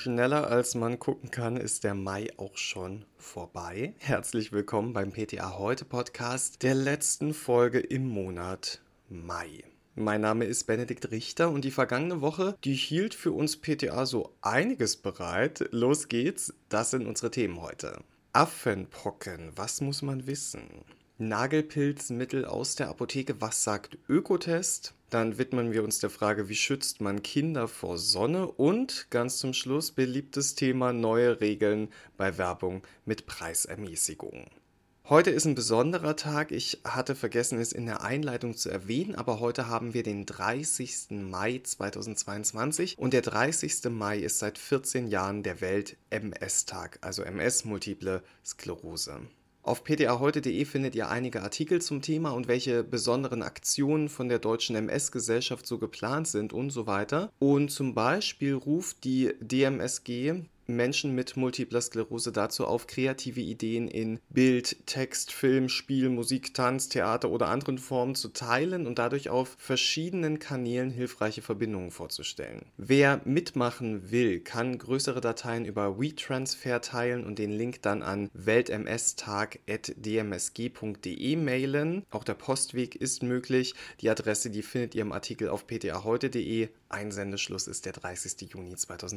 Schneller als man gucken kann, ist der Mai auch schon vorbei. Herzlich willkommen beim PTA Heute Podcast, der letzten Folge im Monat Mai. Mein Name ist Benedikt Richter und die vergangene Woche, die hielt für uns PTA so einiges bereit. Los geht's, das sind unsere Themen heute. Affenpocken, was muss man wissen? Nagelpilzmittel aus der Apotheke, was sagt Ökotest? Dann widmen wir uns der Frage, wie schützt man Kinder vor Sonne? Und ganz zum Schluss beliebtes Thema neue Regeln bei Werbung mit Preisermäßigung. Heute ist ein besonderer Tag. Ich hatte vergessen, es in der Einleitung zu erwähnen, aber heute haben wir den 30. Mai 2022 und der 30. Mai ist seit 14 Jahren der Welt-MS-Tag, also MS, Multiple Sklerose. Auf ptaheute.de findet ihr einige Artikel zum Thema und welche besonderen Aktionen von der Deutschen MS-Gesellschaft so geplant sind und so weiter. Und zum Beispiel ruft die DMSG Menschen mit multipler Sklerose dazu auf, kreative Ideen in Bild, Text, Film, Spiel, Musik, Tanz, Theater oder anderen Formen zu teilen und dadurch auf verschiedenen Kanälen hilfreiche Verbindungen vorzustellen. Wer mitmachen will, kann größere Dateien über WeTransfer teilen und den Link dann an weltmstag@dmsg.de mailen. Auch der Postweg ist möglich. Die Adresse, die findet ihr im Artikel auf ptaheute.de. Einsendeschluss ist der 30. Juni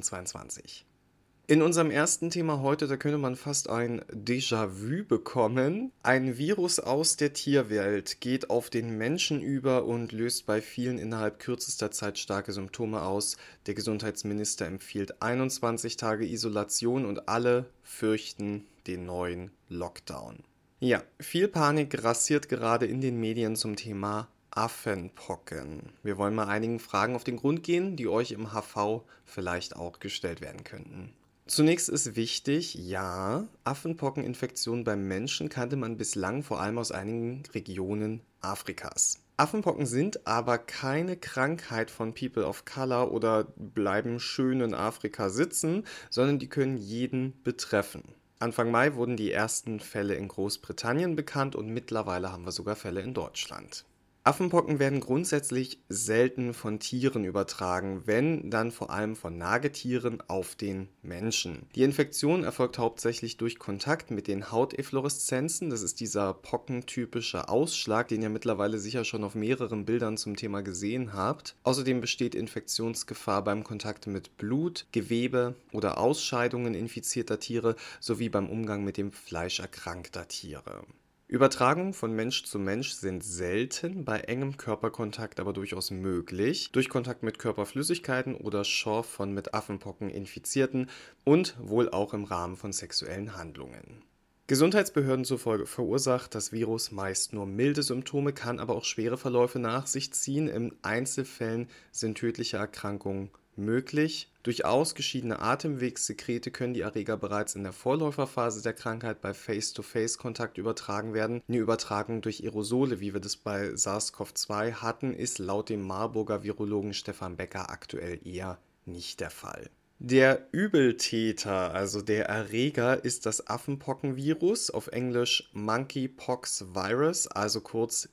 2022. In unserem ersten Thema heute, da könnte man fast ein Déjà-vu bekommen. Ein Virus aus der Tierwelt geht auf den Menschen über und löst bei vielen innerhalb kürzester Zeit starke Symptome aus. Der Gesundheitsminister empfiehlt 21 Tage Isolation und alle fürchten den neuen Lockdown. Ja, viel Panik grassiert gerade in den Medien zum Thema Affenpocken. Wir wollen mal einigen Fragen auf den Grund gehen, die euch im HV vielleicht auch gestellt werden könnten. Zunächst ist wichtig, ja, Affenpockeninfektionen beim Menschen kannte man bislang vor allem aus einigen Regionen Afrikas. Affenpocken sind aber keine Krankheit von People of Color oder bleiben schön in Afrika sitzen, sondern die können jeden betreffen. Anfang Mai wurden die ersten Fälle in Großbritannien bekannt und mittlerweile haben wir sogar Fälle in Deutschland. Affenpocken werden grundsätzlich selten von Tieren übertragen, wenn, dann vor allem von Nagetieren auf den Menschen. Die Infektion erfolgt hauptsächlich durch Kontakt mit den Hauteffloreszenzen, das ist dieser pockentypische Ausschlag, den ihr mittlerweile sicher schon auf mehreren Bildern zum Thema gesehen habt. Außerdem besteht Infektionsgefahr beim Kontakt mit Blut, Gewebe oder Ausscheidungen infizierter Tiere sowie beim Umgang mit dem Fleisch erkrankter Tiere. Übertragungen von Mensch zu Mensch sind selten, bei engem Körperkontakt aber durchaus möglich, durch Kontakt mit Körperflüssigkeiten oder Schorf von mit Affenpocken Infizierten und wohl auch im Rahmen von sexuellen Handlungen. Gesundheitsbehörden zufolge verursacht das Virus meist nur milde Symptome, kann aber auch schwere Verläufe nach sich ziehen. In Einzelfällen sind tödliche Erkrankungen möglich. Durch ausgeschiedene Atemwegssekrete können die Erreger bereits in der Vorläuferphase der Krankheit bei Face-to-Face-Kontakt übertragen werden. Eine Übertragung durch Aerosole, wie wir das bei SARS-CoV-2 hatten, ist laut dem Marburger Virologen Stefan Becker aktuell eher nicht der Fall. Der Übeltäter, also der Erreger, ist das Affenpockenvirus, auf Englisch Monkeypox Virus, also kurz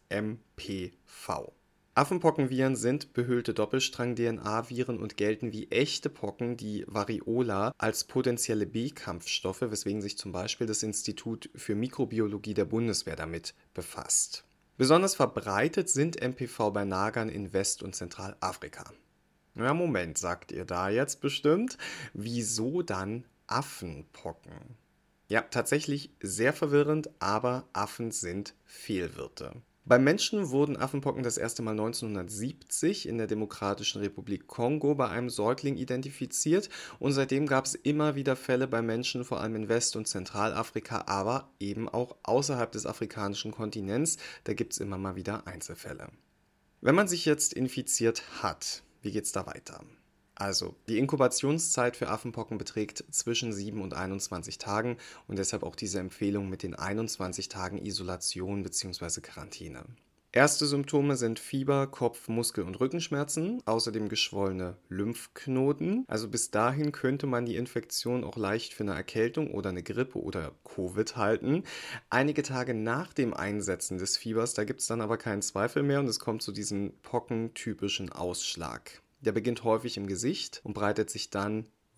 MPV. Affenpockenviren sind behüllte Doppelstrang-DNA-Viren und gelten wie echte Pocken, die Variola, als potenzielle B-Kampfstoffe, weswegen sich zum Beispiel das Institut für Mikrobiologie der Bundeswehr damit befasst. Besonders verbreitet sind MPV bei Nagern in West- und Zentralafrika. Ja, Moment, sagt ihr da jetzt bestimmt. Wieso dann Affenpocken? Ja, tatsächlich sehr verwirrend, aber Affen sind Fehlwirte. Beim Menschen wurden Affenpocken das erste Mal 1970 in der Demokratischen Republik Kongo bei einem Säugling identifiziert und seitdem gab es immer wieder Fälle bei Menschen, vor allem in West- und Zentralafrika, aber eben auch außerhalb des afrikanischen Kontinents. Da gibt es immer mal wieder Einzelfälle. Wenn man sich jetzt infiziert hat, wie geht es da weiter? Also, die Inkubationszeit für Affenpocken beträgt zwischen 7 und 21 Tagen und deshalb auch diese Empfehlung mit den 21 Tagen Isolation bzw. Quarantäne. Erste Symptome sind Fieber, Kopf-, Muskel- und Rückenschmerzen, außerdem geschwollene Lymphknoten. Also bis dahin könnte man die Infektion auch leicht für eine Erkältung oder eine Grippe oder Covid halten. Einige Tage nach dem Einsetzen des Fiebers, da gibt es dann aber keinen Zweifel mehr und es kommt zu diesem pockentypischen Ausschlag. Der beginnt häufig im Gesicht und breitet sich dann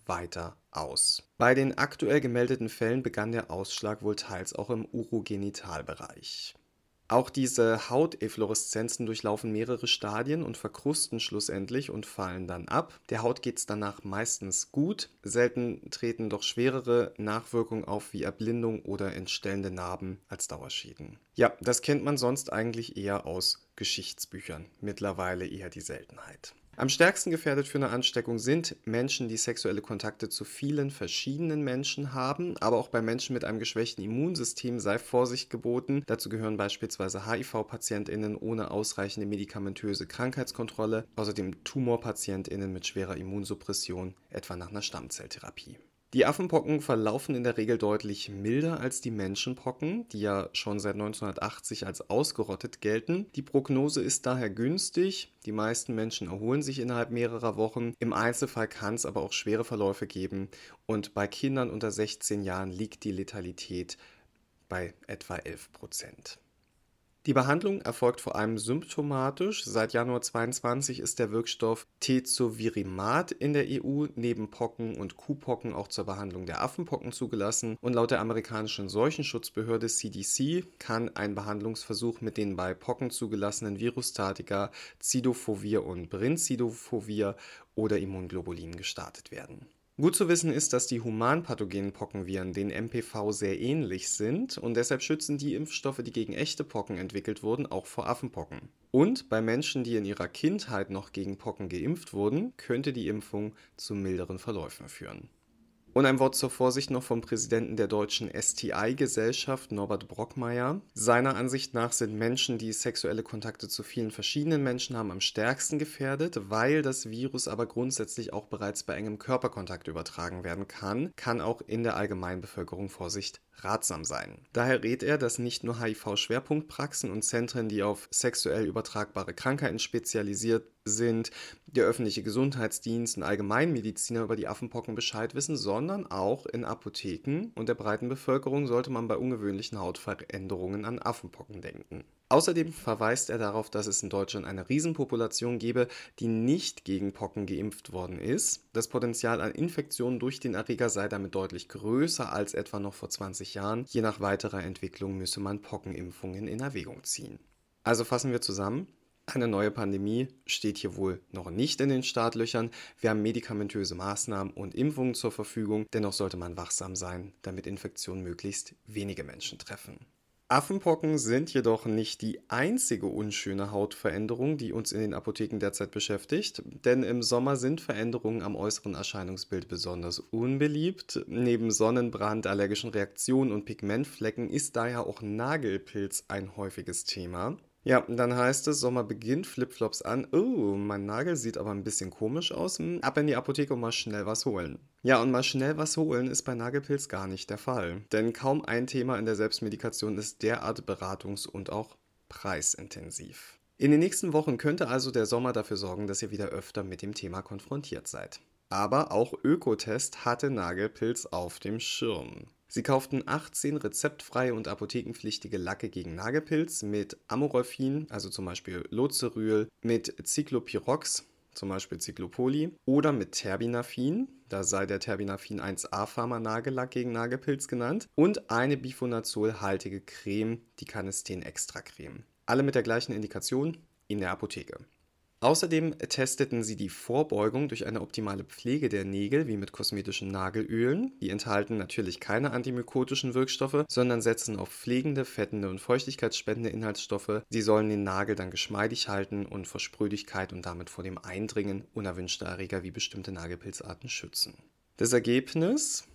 weiter aus. Bei den aktuell gemeldeten Fällen begann der Ausschlag wohl teils auch im Urogenitalbereich. Auch diese Hautefloreszenzen durchlaufen mehrere Stadien und verkrusten schlussendlich und fallen dann ab. Der Haut geht es danach meistens gut, selten treten doch schwerere Nachwirkungen auf wie Erblindung oder entstellende Narben als Dauerschäden. Ja, das kennt man sonst eigentlich eher aus Geschichtsbüchern, mittlerweile eher die Seltenheit. Am stärksten gefährdet für eine Ansteckung sind Menschen, die sexuelle Kontakte zu vielen verschiedenen Menschen haben, aber auch bei Menschen mit einem geschwächten Immunsystem sei Vorsicht geboten. Dazu gehören beispielsweise HIV-PatientInnen ohne ausreichende medikamentöse Krankheitskontrolle, außerdem TumorpatientInnen mit schwerer Immunsuppression, etwa nach einer Stammzelltherapie. Die Affenpocken verlaufen in der Regel deutlich milder als die Menschenpocken, die ja schon seit 1980 als ausgerottet gelten. Die Prognose ist daher günstig. Die meisten Menschen erholen sich innerhalb mehrerer Wochen. Im Einzelfall kann es aber auch schwere Verläufe geben. Und bei Kindern unter 16 Jahren liegt die Letalität bei etwa 11%. Die Behandlung erfolgt vor allem symptomatisch. Seit Januar 2022 ist der Wirkstoff Tezovirimat in der EU neben Pocken und Kuhpocken auch zur Behandlung der Affenpocken zugelassen. Und laut der amerikanischen Seuchenschutzbehörde CDC kann ein Behandlungsversuch mit den bei Pocken zugelassenen Virustatika Cidofovir und Brincidofovir oder Immunglobulin gestartet werden. Gut zu wissen ist, dass die humanpathogenen Pockenviren den MPV sehr ähnlich sind und deshalb schützen die Impfstoffe, die gegen echte Pocken entwickelt wurden, auch vor Affenpocken. Und bei Menschen, die in ihrer Kindheit noch gegen Pocken geimpft wurden, könnte die Impfung zu milderen Verläufen führen. Und ein Wort zur Vorsicht noch vom Präsidenten der deutschen STI-Gesellschaft, Norbert Brockmeier. Seiner Ansicht nach sind Menschen, die sexuelle Kontakte zu vielen verschiedenen Menschen haben, am stärksten gefährdet, weil das Virus aber grundsätzlich auch bereits bei engem Körperkontakt übertragen werden kann auch in der Allgemeinbevölkerung Vorsicht ratsam sein. Daher rät er, dass nicht nur HIV-Schwerpunktpraxen und Zentren, die auf sexuell übertragbare Krankheiten spezialisiert sind, der öffentliche Gesundheitsdienst und Allgemeinmediziner über die Affenpocken Bescheid wissen, sondern auch in Apotheken und der breiten Bevölkerung sollte man bei ungewöhnlichen Hautveränderungen an Affenpocken denken. Außerdem verweist er darauf, dass es in Deutschland eine Riesenpopulation gebe, die nicht gegen Pocken geimpft worden ist. Das Potenzial an Infektionen durch den Erreger sei damit deutlich größer als etwa noch vor 20 Jahren. Je nach weiterer Entwicklung müsse man Pockenimpfungen in Erwägung ziehen. Also fassen wir zusammen. Eine neue Pandemie steht hier wohl noch nicht in den Startlöchern. Wir haben medikamentöse Maßnahmen und Impfungen zur Verfügung. Dennoch sollte man wachsam sein, damit Infektionen möglichst wenige Menschen treffen. Affenpocken sind jedoch nicht die einzige unschöne Hautveränderung, die uns in den Apotheken derzeit beschäftigt, denn im Sommer sind Veränderungen am äußeren Erscheinungsbild besonders unbeliebt. Neben Sonnenbrand, allergischen Reaktionen und Pigmentflecken ist daher auch Nagelpilz ein häufiges Thema. Ja, dann heißt es, Sommer beginnt, Flipflops an. Oh, mein Nagel sieht aber ein bisschen komisch aus. Ab in die Apotheke und mal schnell was holen. Ja, und mal schnell was holen ist bei Nagelpilz gar nicht der Fall. Denn kaum ein Thema in der Selbstmedikation ist derart beratungs- und auch preisintensiv. In den nächsten Wochen könnte also der Sommer dafür sorgen, dass ihr wieder öfter mit dem Thema konfrontiert seid. Aber auch Ökotest hatte Nagelpilz auf dem Schirm. Sie kauften 18 rezeptfreie und apothekenpflichtige Lacke gegen Nagelpilz mit Amorolfin, also zum Beispiel Loceryl, mit Cyclopirox, zum Beispiel Cyclopoli, oder mit Terbinafin, da sei der Terbinafin 1A Pharma Nagellack gegen Nagelpilz genannt, und eine Bifenazol-haltige Creme, die Canesten Extra Creme. Alle mit der gleichen Indikation in der Apotheke. Außerdem testeten sie die Vorbeugung durch eine optimale Pflege der Nägel, wie mit kosmetischen Nagelölen. Die enthalten natürlich keine antimykotischen Wirkstoffe, sondern setzen auf pflegende, fettende und feuchtigkeitsspendende Inhaltsstoffe. Sie sollen den Nagel dann geschmeidig halten und vor Sprödigkeit und damit vor dem Eindringen unerwünschter Erreger wie bestimmte Nagelpilzarten schützen. Das Ergebnis?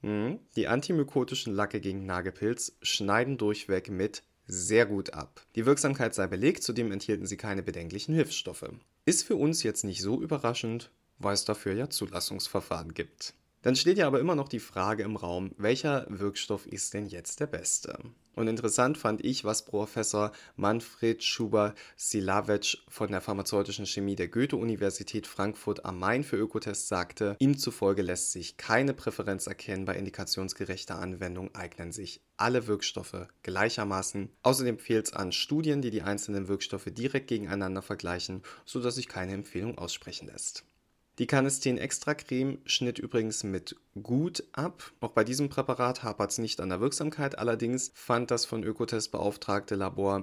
Die antimykotischen Lacke gegen Nagelpilz schneiden durchweg mit sehr gut ab. Die Wirksamkeit sei belegt, zudem enthielten sie keine bedenklichen Hilfsstoffe. Ist für uns jetzt nicht so überraschend, weil es dafür ja Zulassungsverfahren gibt. Dann steht ja aber immer noch die Frage im Raum, welcher Wirkstoff ist denn jetzt der beste? Und interessant fand ich, was Professor Manfred Schuber-Silavec von der pharmazeutischen Chemie der Goethe-Universität Frankfurt am Main für Ökotest sagte. Ihm zufolge lässt sich keine Präferenz erkennen, bei indikationsgerechter Anwendung eignen sich alle Wirkstoffe gleichermaßen. Außerdem fehlt es an Studien, die die einzelnen Wirkstoffe direkt gegeneinander vergleichen, sodass sich keine Empfehlung aussprechen lässt. Die Canesten Extra Creme schnitt übrigens mit gut ab. Auch bei diesem Präparat hapert es nicht an der Wirksamkeit. Allerdings fand das von Ökotest beauftragte Labor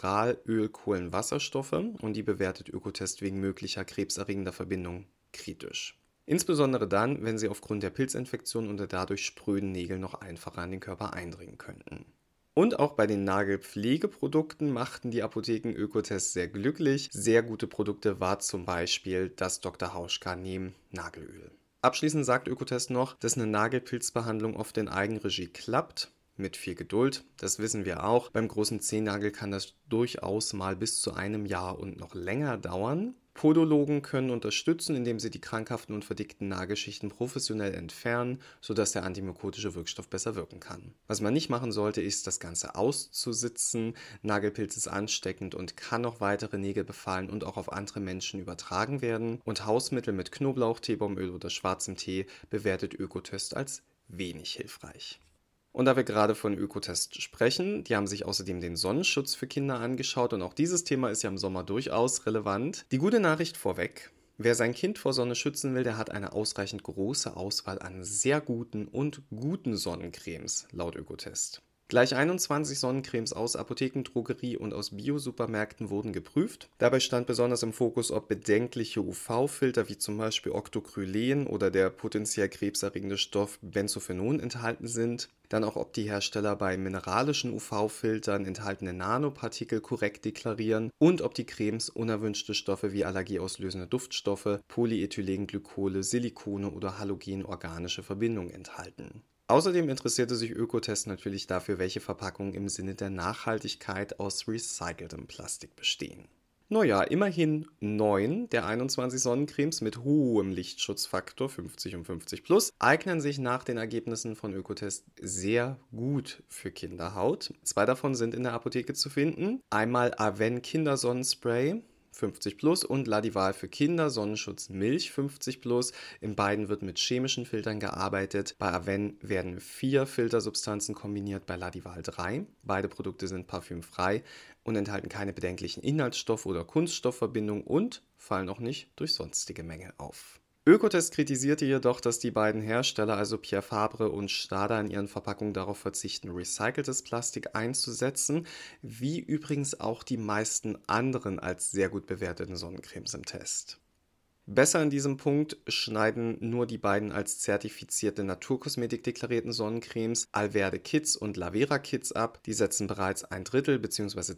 Mineralölkohlenwasserstoffe und die bewertet Ökotest wegen möglicher krebserregender Verbindungen kritisch. Insbesondere dann, wenn sie aufgrund der Pilzinfektion und der dadurch spröden Nägel noch einfacher an den Körper eindringen könnten. Und auch bei den Nagelpflegeprodukten machten die Apotheken Ökotest sehr glücklich. Sehr gute Produkte war zum Beispiel das Dr. Hauschka Neem Nagelöl. Abschließend sagt Ökotest noch, dass eine Nagelpilzbehandlung oft in Eigenregie klappt. Mit viel Geduld, das wissen wir auch. Beim großen Zehennagel kann das durchaus mal bis zu einem Jahr und noch länger dauern. Podologen können unterstützen, indem sie die krankhaften und verdickten Nagelschichten professionell entfernen, sodass der antimykotische Wirkstoff besser wirken kann. Was man nicht machen sollte, ist, das Ganze auszusitzen. Nagelpilz ist ansteckend und kann noch weitere Nägel befallen und auch auf andere Menschen übertragen werden. Und Hausmittel mit Knoblauch, Teebaumöl oder schwarzem Tee bewertet Ökotest als wenig hilfreich. Und da wir gerade von Ökotest sprechen, die haben sich außerdem den Sonnenschutz für Kinder angeschaut und auch dieses Thema ist ja im Sommer durchaus relevant. Die gute Nachricht vorweg: Wer sein Kind vor Sonne schützen will, der hat eine ausreichend große Auswahl an sehr guten und guten Sonnencremes, laut Ökotest. Gleich 21 Sonnencremes aus Apotheken, Drogerie und aus Bio-Supermärkten wurden geprüft. Dabei stand besonders im Fokus, ob bedenkliche UV-Filter wie zum Beispiel Octocrylen oder der potenziell krebserregende Stoff Benzophenon enthalten sind. Dann auch, ob die Hersteller bei mineralischen UV-Filtern enthaltene Nanopartikel korrekt deklarieren und ob die Cremes unerwünschte Stoffe wie allergieauslösende Duftstoffe, Polyethylenglykole, Silikone oder halogenorganische Verbindungen enthalten. Außerdem interessierte sich Ökotest natürlich dafür, welche Verpackungen im Sinne der Nachhaltigkeit aus recyceltem Plastik bestehen. Naja, immerhin 9 der 21 Sonnencremes mit hohem Lichtschutzfaktor 50 und 50 plus eignen sich nach den Ergebnissen von Ökotest sehr gut für Kinderhaut. 2 davon sind in der Apotheke zu finden. Einmal Aven Kindersonnenspray 50 plus und Ladival für Kinder Sonnenschutz Milch 50 plus. In beiden wird mit chemischen Filtern gearbeitet. Bei Aven werden 4 Filtersubstanzen kombiniert, bei Ladival 3. Beide Produkte sind parfümfrei und enthalten keine bedenklichen Inhaltsstoffe oder Kunststoffverbindungen und fallen auch nicht durch sonstige Mängel auf. Ökotest kritisierte jedoch, dass die beiden Hersteller, also Pierre Fabre und Stada, in ihren Verpackungen darauf verzichten, recyceltes Plastik einzusetzen, wie übrigens auch die meisten anderen als sehr gut bewerteten Sonnencremes im Test. Besser in diesem Punkt schneiden nur die beiden als zertifizierte Naturkosmetik deklarierten Sonnencremes Alverde Kids und Lavera Kids ab. Die setzen bereits 1/3 bzw.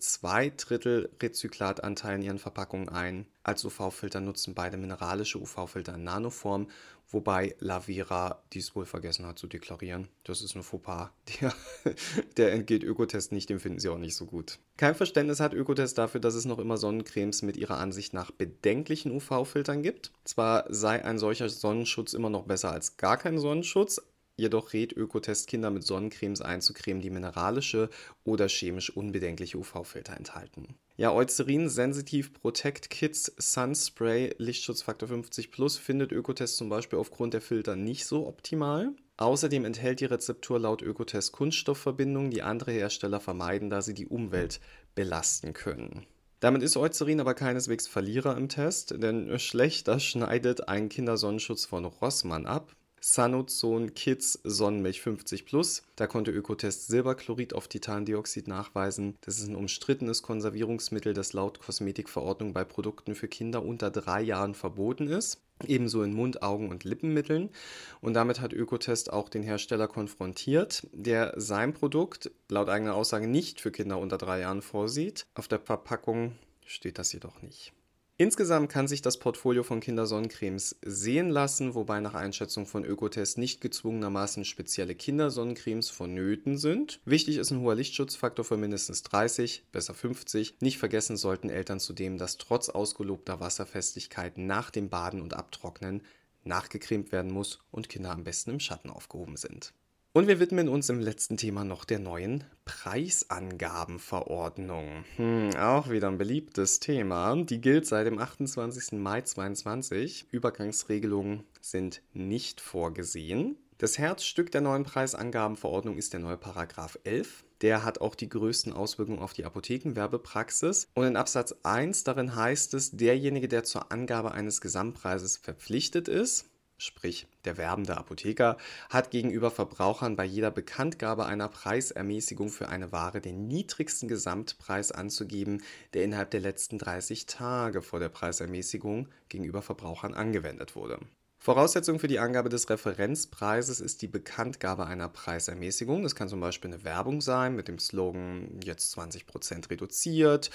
2/3 Rezyklatanteil in ihren Verpackungen ein. Als UV-Filter nutzen beide mineralische UV-Filter in Nanoform, wobei Lavera dies wohl vergessen hat zu deklarieren. Das ist ein Fauxpas. Der entgeht Ökotest nicht, den finden sie auch nicht so gut. Kein Verständnis hat Ökotest dafür, dass es noch immer Sonnencremes mit ihrer Ansicht nach bedenklichen UV-Filtern gibt. Zwar sei ein solcher Sonnenschutz immer noch besser als gar kein Sonnenschutz, jedoch rät Ökotest, Kinder mit Sonnencremes einzucremen, die mineralische oder chemisch unbedenkliche UV-Filter enthalten. Ja, Eucerin Sensitive Protect Kids Sunspray Lichtschutzfaktor 50 plus findet Ökotest zum Beispiel aufgrund der Filter nicht so optimal. Außerdem enthält die Rezeptur laut Ökotest Kunststoffverbindungen, die andere Hersteller vermeiden, da sie die Umwelt belasten können. Damit ist Eucerin aber keineswegs Verlierer im Test, denn schlechter schneidet ein Kindersonnenschutz von Rossmann ab. Sanozon Kids Sonnenmilch 50 plus. Da konnte Ökotest Silberchlorid auf Titandioxid nachweisen. Das ist ein umstrittenes Konservierungsmittel, das laut Kosmetikverordnung bei Produkten für Kinder unter 3 Jahren verboten ist. Ebenso in Mund-, Augen- und Lippenmitteln. Und damit hat Ökotest auch den Hersteller konfrontiert, der sein Produkt laut eigener Aussage nicht für Kinder unter 3 Jahren vorsieht. Auf der Verpackung steht das jedoch nicht. Insgesamt kann sich das Portfolio von Kindersonnencremes sehen lassen, wobei nach Einschätzung von Ökotest nicht gezwungenermaßen spezielle Kindersonnencremes vonnöten sind. Wichtig ist ein hoher Lichtschutzfaktor von mindestens 30, besser 50. Nicht vergessen sollten Eltern zudem, dass trotz ausgelobter Wasserfestigkeit nach dem Baden und Abtrocknen nachgecremt werden muss und Kinder am besten im Schatten aufgehoben sind. Und wir widmen uns im letzten Thema noch der neuen Preisangabenverordnung. Auch wieder ein beliebtes Thema. Die gilt seit dem 28. Mai 2022. Übergangsregelungen sind nicht vorgesehen. Das Herzstück der neuen Preisangabenverordnung ist der neue Paragraph 11. Der hat auch die größten Auswirkungen auf die Apothekenwerbepraxis. Und in Absatz 1 darin heißt es, derjenige, der zur Angabe eines Gesamtpreises verpflichtet ist, sprich der werbende Apotheker, hat gegenüber Verbrauchern bei jeder Bekanntgabe einer Preisermäßigung für eine Ware den niedrigsten Gesamtpreis anzugeben, der innerhalb der letzten 30 Tage vor der Preisermäßigung gegenüber Verbrauchern angewendet wurde. Voraussetzung für die Angabe des Referenzpreises ist die Bekanntgabe einer Preisermäßigung. Das kann zum Beispiel eine Werbung sein mit dem Slogan jetzt 20% reduziert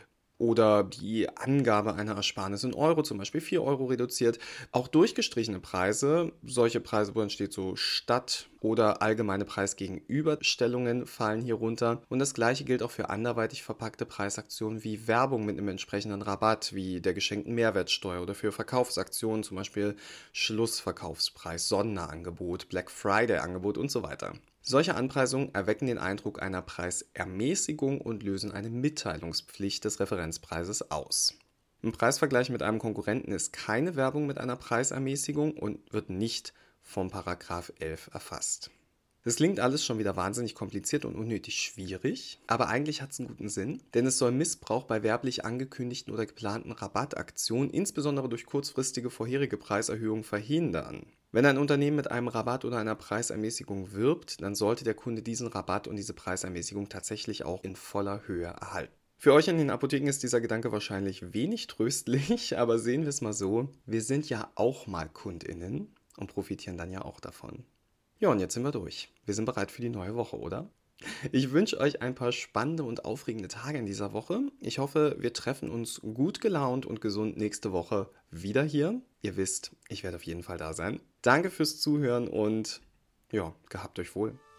oder die Angabe einer Ersparnis in Euro, zum Beispiel 4 Euro reduziert. Auch durchgestrichene Preise, solche Preise, wo dann steht so Stadt- oder allgemeine Preisgegenüberstellungen fallen hier runter. Und das gleiche gilt auch für anderweitig verpackte Preisaktionen wie Werbung mit einem entsprechenden Rabatt, wie der geschenkten Mehrwertsteuer oder für Verkaufsaktionen, zum Beispiel Schlussverkaufspreis, Sonderangebot, Black Friday Angebot und so weiter. Solche Anpreisungen erwecken den Eindruck einer Preisermäßigung und lösen eine Mitteilungspflicht des Referenzpreises aus. Ein Preisvergleich mit einem Konkurrenten ist keine Werbung mit einer Preisermäßigung und wird nicht vom Paragraph 11 erfasst. Das klingt alles schon wieder wahnsinnig kompliziert und unnötig schwierig, aber eigentlich hat es einen guten Sinn, denn es soll Missbrauch bei werblich angekündigten oder geplanten Rabattaktionen, insbesondere durch kurzfristige vorherige Preiserhöhungen, verhindern. Wenn ein Unternehmen mit einem Rabatt oder einer Preisermäßigung wirbt, dann sollte der Kunde diesen Rabatt und diese Preisermäßigung tatsächlich auch in voller Höhe erhalten. Für euch in den Apotheken ist dieser Gedanke wahrscheinlich wenig tröstlich, aber sehen wir es mal so, wir sind ja auch mal KundInnen und profitieren dann ja auch davon. Ja, und jetzt sind wir durch. Wir sind bereit für die neue Woche, oder? Ich wünsche euch ein paar spannende und aufregende Tage in dieser Woche. Ich hoffe, wir treffen uns gut gelaunt und gesund nächste Woche wieder hier. Ihr wisst, ich werde auf jeden Fall da sein. Danke fürs Zuhören und ja, gehabt euch wohl.